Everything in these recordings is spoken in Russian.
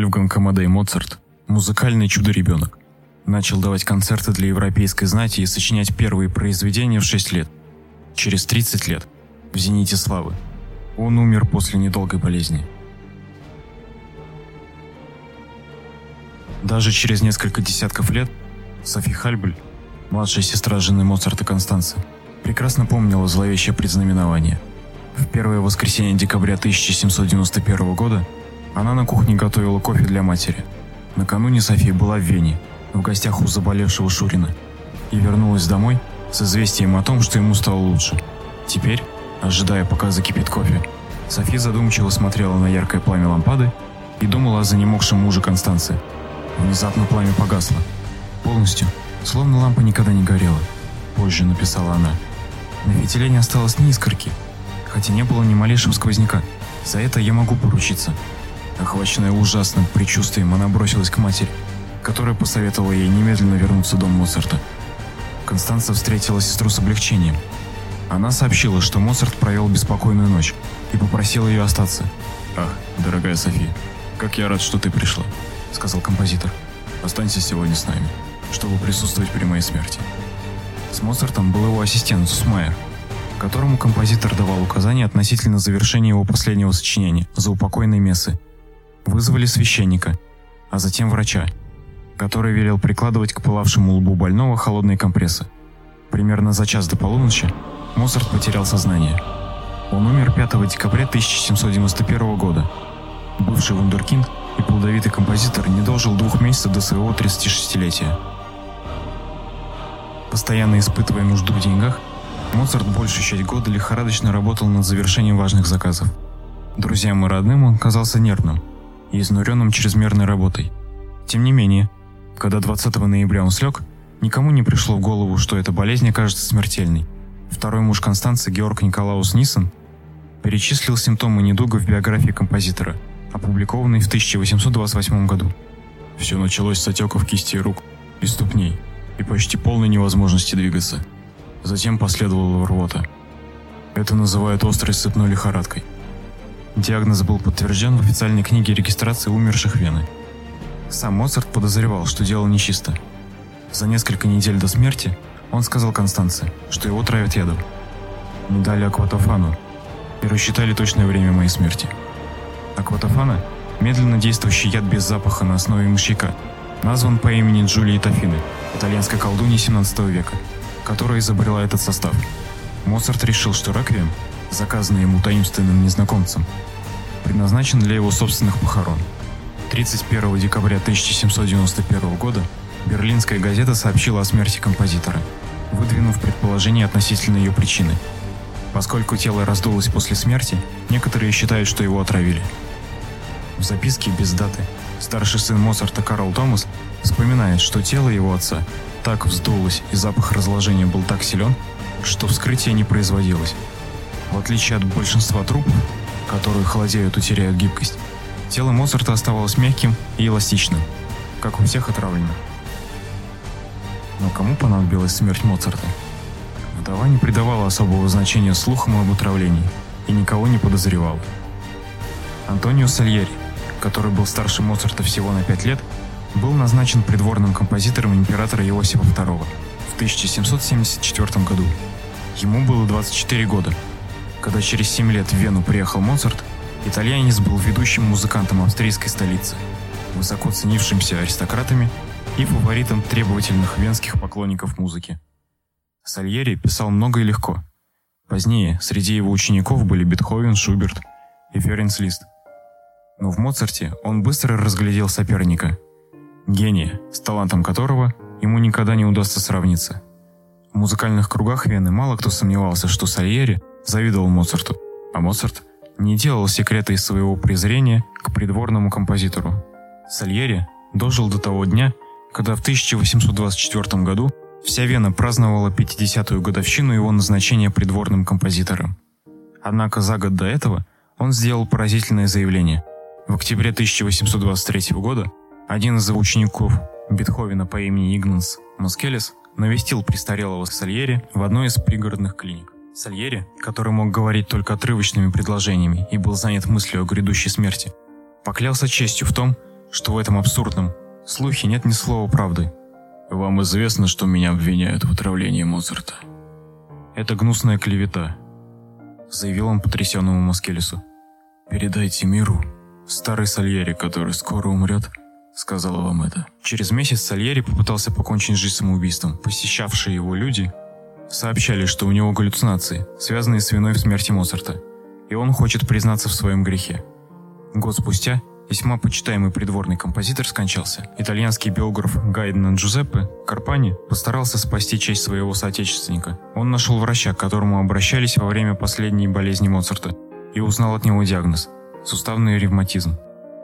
Вольфганг Амадей Моцарт, музыкальный чудо-ребенок, начал давать концерты для европейской знати и сочинять первые произведения в 6 лет. Через 30 лет, в зените славы, он умер после недолгой болезни. Даже через несколько десятков лет Софи Хальбель, младшая сестра жены Моцарта Констанцы, прекрасно помнила зловещее предзнаменование. В первое воскресенье декабря 1791 года она на кухне готовила кофе для матери. Накануне София была в Вене, в гостях у заболевшего Шурина, и вернулась домой с известием о том, что ему стало лучше. Теперь, ожидая, пока закипит кофе, София задумчиво смотрела на яркое пламя лампады и думала о занемогшем муже Констанции. Внезапно пламя погасло. Полностью, словно лампа никогда не горела. Позже написала она. На фитиле не осталось ни искорки, хотя не было ни малейшего сквозняка. За это я могу поручиться. Охваченная ужасным предчувствием, она бросилась к матери, которая посоветовала ей немедленно вернуться в дом Моцарта. Констанца встретила сестру с облегчением. Она сообщила, что Моцарт провел беспокойную ночь и попросила ее остаться. «Ах, дорогая София, как я рад, что ты пришла», — сказал композитор. «Останься сегодня с нами, чтобы присутствовать при моей смерти». С Моцартом был его ассистент Сусмайер, которому композитор давал указания относительно завершения его последнего сочинения «Заупокойной мессы». Вызвали священника, а затем врача, который велел прикладывать к пылавшему лбу больного холодные компрессы. Примерно за час до полуночи Моцарт потерял сознание. Он умер 5 декабря 1791 года. Бывший вундеркинд и плодовитый композитор не дожил 2 месяцев до своего 36-летия. Постоянно испытывая нужду в деньгах, Моцарт большую часть года лихорадочно работал над завершением важных заказов. Друзьям и родным он казался нервным и изнуренным чрезмерной работой. Тем не менее, когда 20 ноября он слег, никому не пришло в голову, что эта болезнь окажется смертельной. Второй муж Констанции, Георг Николаус Ниссен, перечислил симптомы недуга в биографии композитора, опубликованной в 1828 году. Все началось с отеков кистей рук и ступней и почти полной невозможности двигаться. Затем последовала рвота. Это называют острой сыпной лихорадкой. Диагноз был подтвержден в официальной книге регистрации умерших Вены. Сам Моцарт подозревал, что дело нечисто. За несколько недель до смерти он сказал Констанции, что его травят ядом. Мне дали акватофану и рассчитали точное время моей смерти. Акватофана – медленно действующий яд без запаха на основе мышьяка, назван по имени Джулии Тоффины, итальянской колдуньи 17 века, которая изобрела этот состав. Моцарт решил, что реквием, заказанный ему таинственным незнакомцем, предназначен для его собственных похорон. 31 декабря 1791 года Берлинская газета сообщила о смерти композитора, выдвинув предположение относительно ее причины. Поскольку тело раздулось после смерти, некоторые считают, что его отравили. В записке без даты старший сын Моцарта Карл Томас вспоминает, что тело его отца так вздулось и запах разложения был так силен, что вскрытие не производилось. В отличие от большинства трупов, которые холодеют и теряют гибкость, тело Моцарта оставалось мягким и эластичным, как у всех отравленных. Но кому понадобилась смерть Моцарта? Вдова не придавала особого значения слухам об отравлении и никого не подозревала. Антонио Сальери, который был старше Моцарта всего на 5 лет, был назначен придворным композитором императора Иосифа II в 1774 году. Ему было 24 года. Когда через 7 лет в Вену приехал Моцарт, итальянец был ведущим музыкантом австрийской столицы, высоко ценившимся аристократами и фаворитом требовательных венских поклонников музыки. Сальери писал много и легко. Позднее среди его учеников были Бетховен, Шуберт и Ференц Лист. Но в Моцарте он быстро разглядел соперника, гения, с талантом которого ему никогда не удастся сравниться. В музыкальных кругах Вены мало кто сомневался, что Сальери завидовал Моцарту, а Моцарт не делал секрета из своего презрения к придворному композитору. Сальери дожил до того дня, когда в 1824 году вся Вена праздновала 50-ю годовщину его назначения придворным композитором. Однако за год до этого он сделал поразительное заявление. В октябре 1823 года один из учеников Бетховена по имени Игнанс Москелес навестил престарелого Сальери в одной из пригородных клиник. Сальери, который мог говорить только отрывочными предложениями и был занят мыслью о грядущей смерти, поклялся честью в том, что в этом абсурдном слухе нет ни слова правды. Вам известно, что меня обвиняют в отравлении Моцарта? Это гнусная клевета, заявил он потрясенному Маскелесу. Передайте миру, старый Сальери, который скоро умрет, сказал вам это. Через месяц Сальери попытался покончить жизнь самоубийством. Посещавшие его люди сообщали, что у него галлюцинации, связанные с виной в смерти Моцарта, и он хочет признаться в своем грехе. Год спустя весьма почитаемый придворный композитор скончался. Итальянский биограф Гайдно Джузеппе Карпани постарался спасти честь своего соотечественника. Он нашел врача, к которому обращались во время последней болезни Моцарта, и узнал от него диагноз – суставный ревматизм.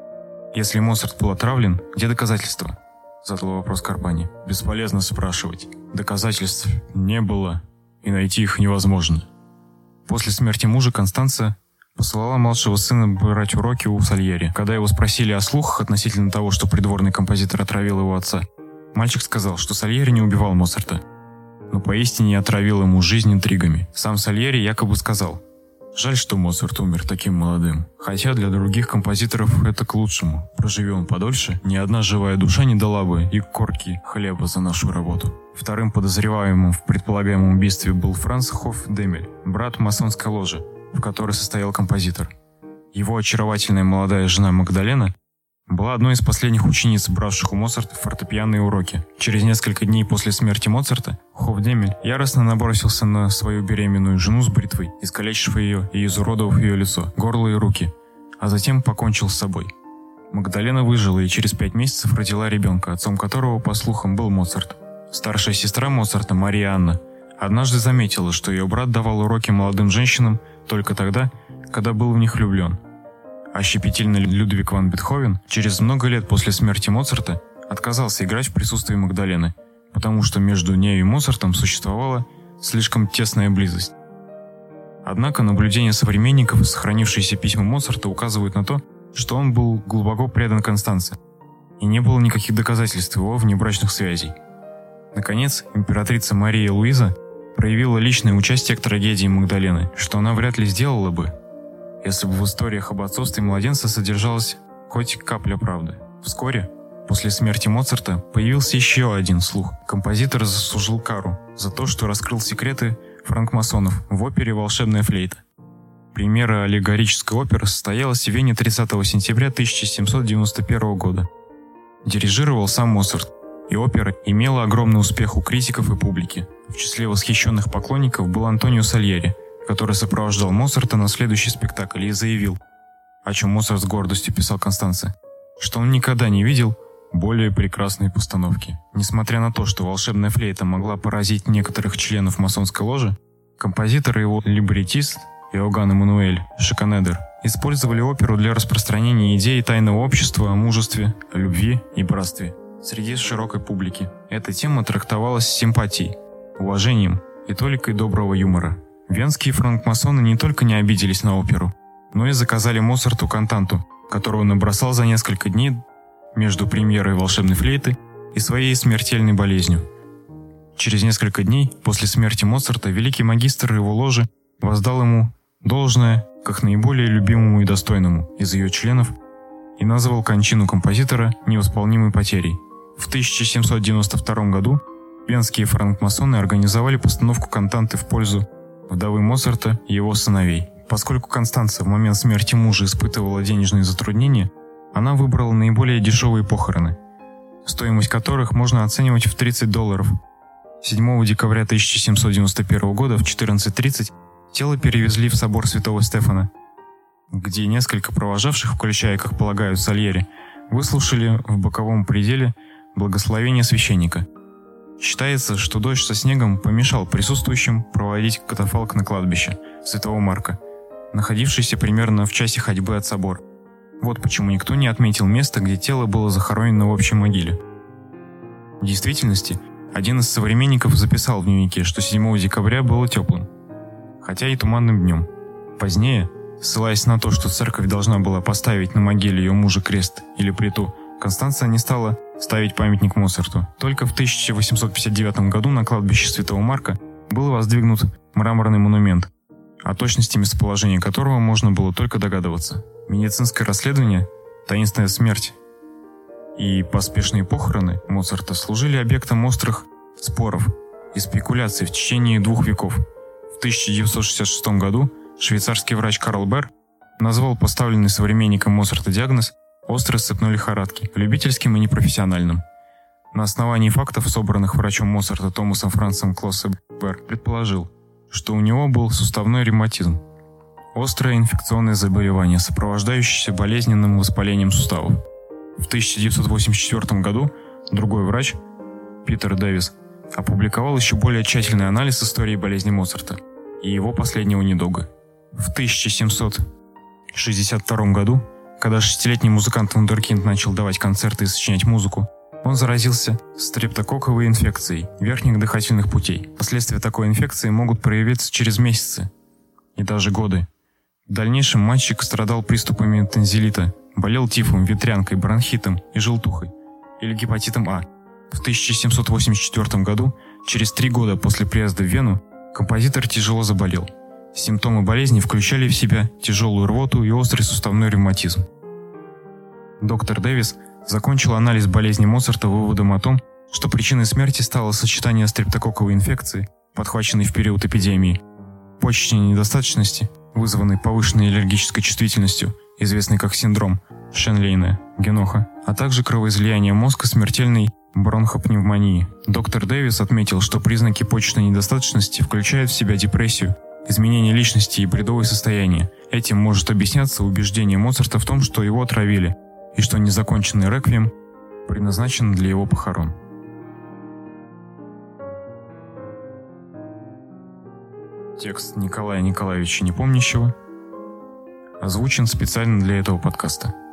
Если Моцарт был отравлен, где доказательства? Задал вопрос Карпани. Бесполезно спрашивать. Доказательств не было, и найти их невозможно. После смерти мужа Констанция посылала младшего сына брать уроки у Сальери. Когда его спросили о слухах относительно того, что придворный композитор отравил его отца, мальчик сказал, что Сальери не убивал Моцарта, но поистине отравил ему жизнь интригами. Сам Сальери якобы сказал: «Жаль, что Моцарт умер таким молодым. Хотя для других композиторов это к лучшему. Проживи он подольше, ни одна живая душа не дала бы и корки хлеба за нашу работу». Вторым подозреваемым в предполагаемом убийстве был Франц Хоффдемель, брат масонской ложи, в которой состоял композитор. Его очаровательная молодая жена Магдалена была одной из последних учениц, бравших у Моцарта фортепианные уроки. Через несколько дней после смерти Моцарта Хоффдемель яростно набросился на свою беременную жену с бритвой, искалечив ее и изуродовав ее лицо, горло и руки, а затем покончил с собой. Магдалена выжила и через 5 месяцев родила ребенка, отцом которого, по слухам, был Моцарт. Старшая сестра Моцарта, Мария Анна, однажды заметила, что ее брат давал уроки молодым женщинам только тогда, когда был в них влюблен. А щепетильный Людвиг ван Бетховен через много лет после смерти Моцарта отказался играть в присутствии Магдалены, потому что между нею и Моцартом существовала слишком тесная близость. Однако наблюдения современников и сохранившиеся письма Моцарта указывают на то, что он был глубоко предан Констанце, и не было никаких доказательств его внебрачных связей. Наконец, императрица Мария Луиза проявила личное участие к трагедии Магдалены, что она вряд ли сделала бы, если бы в историях об отцовстве младенца содержалась хоть капля правды. Вскоре, после смерти Моцарта, появился еще один слух. Композитор заслужил кару за то, что раскрыл секреты франкмасонов в опере «Волшебная флейта». Премьера аллегорической оперы состоялась в Вене 30 сентября 1791 года. Дирижировал сам Моцарт, и опера имела огромный успех у критиков и публики. В числе восхищенных поклонников был Антонио Сальери, который сопровождал Моцарта на следующий спектакль и заявил, о чем Моцарт с гордостью писал Констанце, что он никогда не видел более прекрасной постановки. Несмотря на то, что волшебная флейта могла поразить некоторых членов масонской ложи, композитор и его либретист Иоганн Эммануэль Шиканедер использовали оперу для распространения идей тайного общества о мужестве, любви и братстве среди широкой публики. Эта тема трактовалась с симпатией, уважением и толикой доброго юмора. Венские франкмасоны не только не обиделись на оперу, но и заказали Моцарту кантанту, которую он набросал за несколько дней между премьерой «Волшебной флейты» и своей смертельной болезнью. Через несколько дней после смерти Моцарта великий магистр его ложи воздал ему должное как наиболее любимому и достойному из ее членов и назвал кончину композитора невосполнимой потерей. В 1792 году венские франкмасоны организовали постановку кантанты в пользу вдовы Моцарта и его сыновей. Поскольку Констанца в момент смерти мужа испытывала денежные затруднения, она выбрала наиболее дешевые похороны, стоимость которых можно оценивать в $30. 7 декабря 1791 года в 14:30 тело перевезли в собор Святого Стефана, где несколько провожавших, включая, как полагают, Сальери, выслушали в боковом пределе благословение священника. Считается, что дождь со снегом помешал присутствующим проводить катафалк на кладбище Святого Марка, находившееся примерно в часе ходьбы от собора. Вот почему никто не отметил место, где тело было захоронено в общей могиле. В действительности, один из современников записал в дневнике, что 7 декабря было теплым, хотя и туманным днем. Позднее, ссылаясь на то, что церковь должна была поставить на могиле ее мужа крест или плиту, Констанция не стала ставить памятник Моцарту. Только в 1859 году на кладбище Святого Марка был воздвигнут мраморный монумент, о точности местоположения которого можно было только догадываться. Медицинское расследование «Таинственная смерть» и поспешные похороны Моцарта служили объектом острых споров и спекуляций в течение 2 веков. В 1966 году швейцарский врач Карл Берр назвал поставленный современником Моцарта диагноз «острой цепной лихорадки» любительским и непрофессиональным. На основании фактов, собранных врачом Моцарта Томасом Францем Клоссе, Берр предположил, что у него был суставной ревматизм, острое инфекционное заболевание, сопровождающееся болезненным воспалением суставов. В 1984 году другой врач, Питер Дэвис, опубликовал еще более тщательный анализ истории болезни Моцарта и его последнего недуга. В 1762 году, когда 6-летний музыкант вундеркинд начал давать концерты и сочинять музыку, он заразился стрептококковой инфекцией верхних дыхательных путей. Последствия такой инфекции могут проявиться через месяцы и даже годы. В дальнейшем мальчик страдал приступами танзелита, болел тифом, ветрянкой, бронхитом и желтухой, или гепатитом А. В 1784 году, через 3 года после приезда в Вену, композитор тяжело заболел. Симптомы болезни включали в себя тяжелую рвоту и острый суставной ревматизм. Доктор Дэвис закончил анализ болезни Моцарта выводом о том, что причиной смерти стало сочетание стрептококковой инфекции, подхваченной в период эпидемии, почечной недостаточности, вызванной повышенной аллергической чувствительностью, известный как синдром Шенлейна-Геноха, а также кровоизлияние мозга смертельной бронхопневмонии. Доктор Дэвис отметил, что признаки почечной недостаточности включают в себя депрессию, изменение личности и бредовое состояние. Этим может объясняться убеждение Моцарта в том, что его отравили, и что незаконченный реквием предназначен для его похорон. Текст Николая Николаевича Непомнящего озвучен специально для этого подкаста.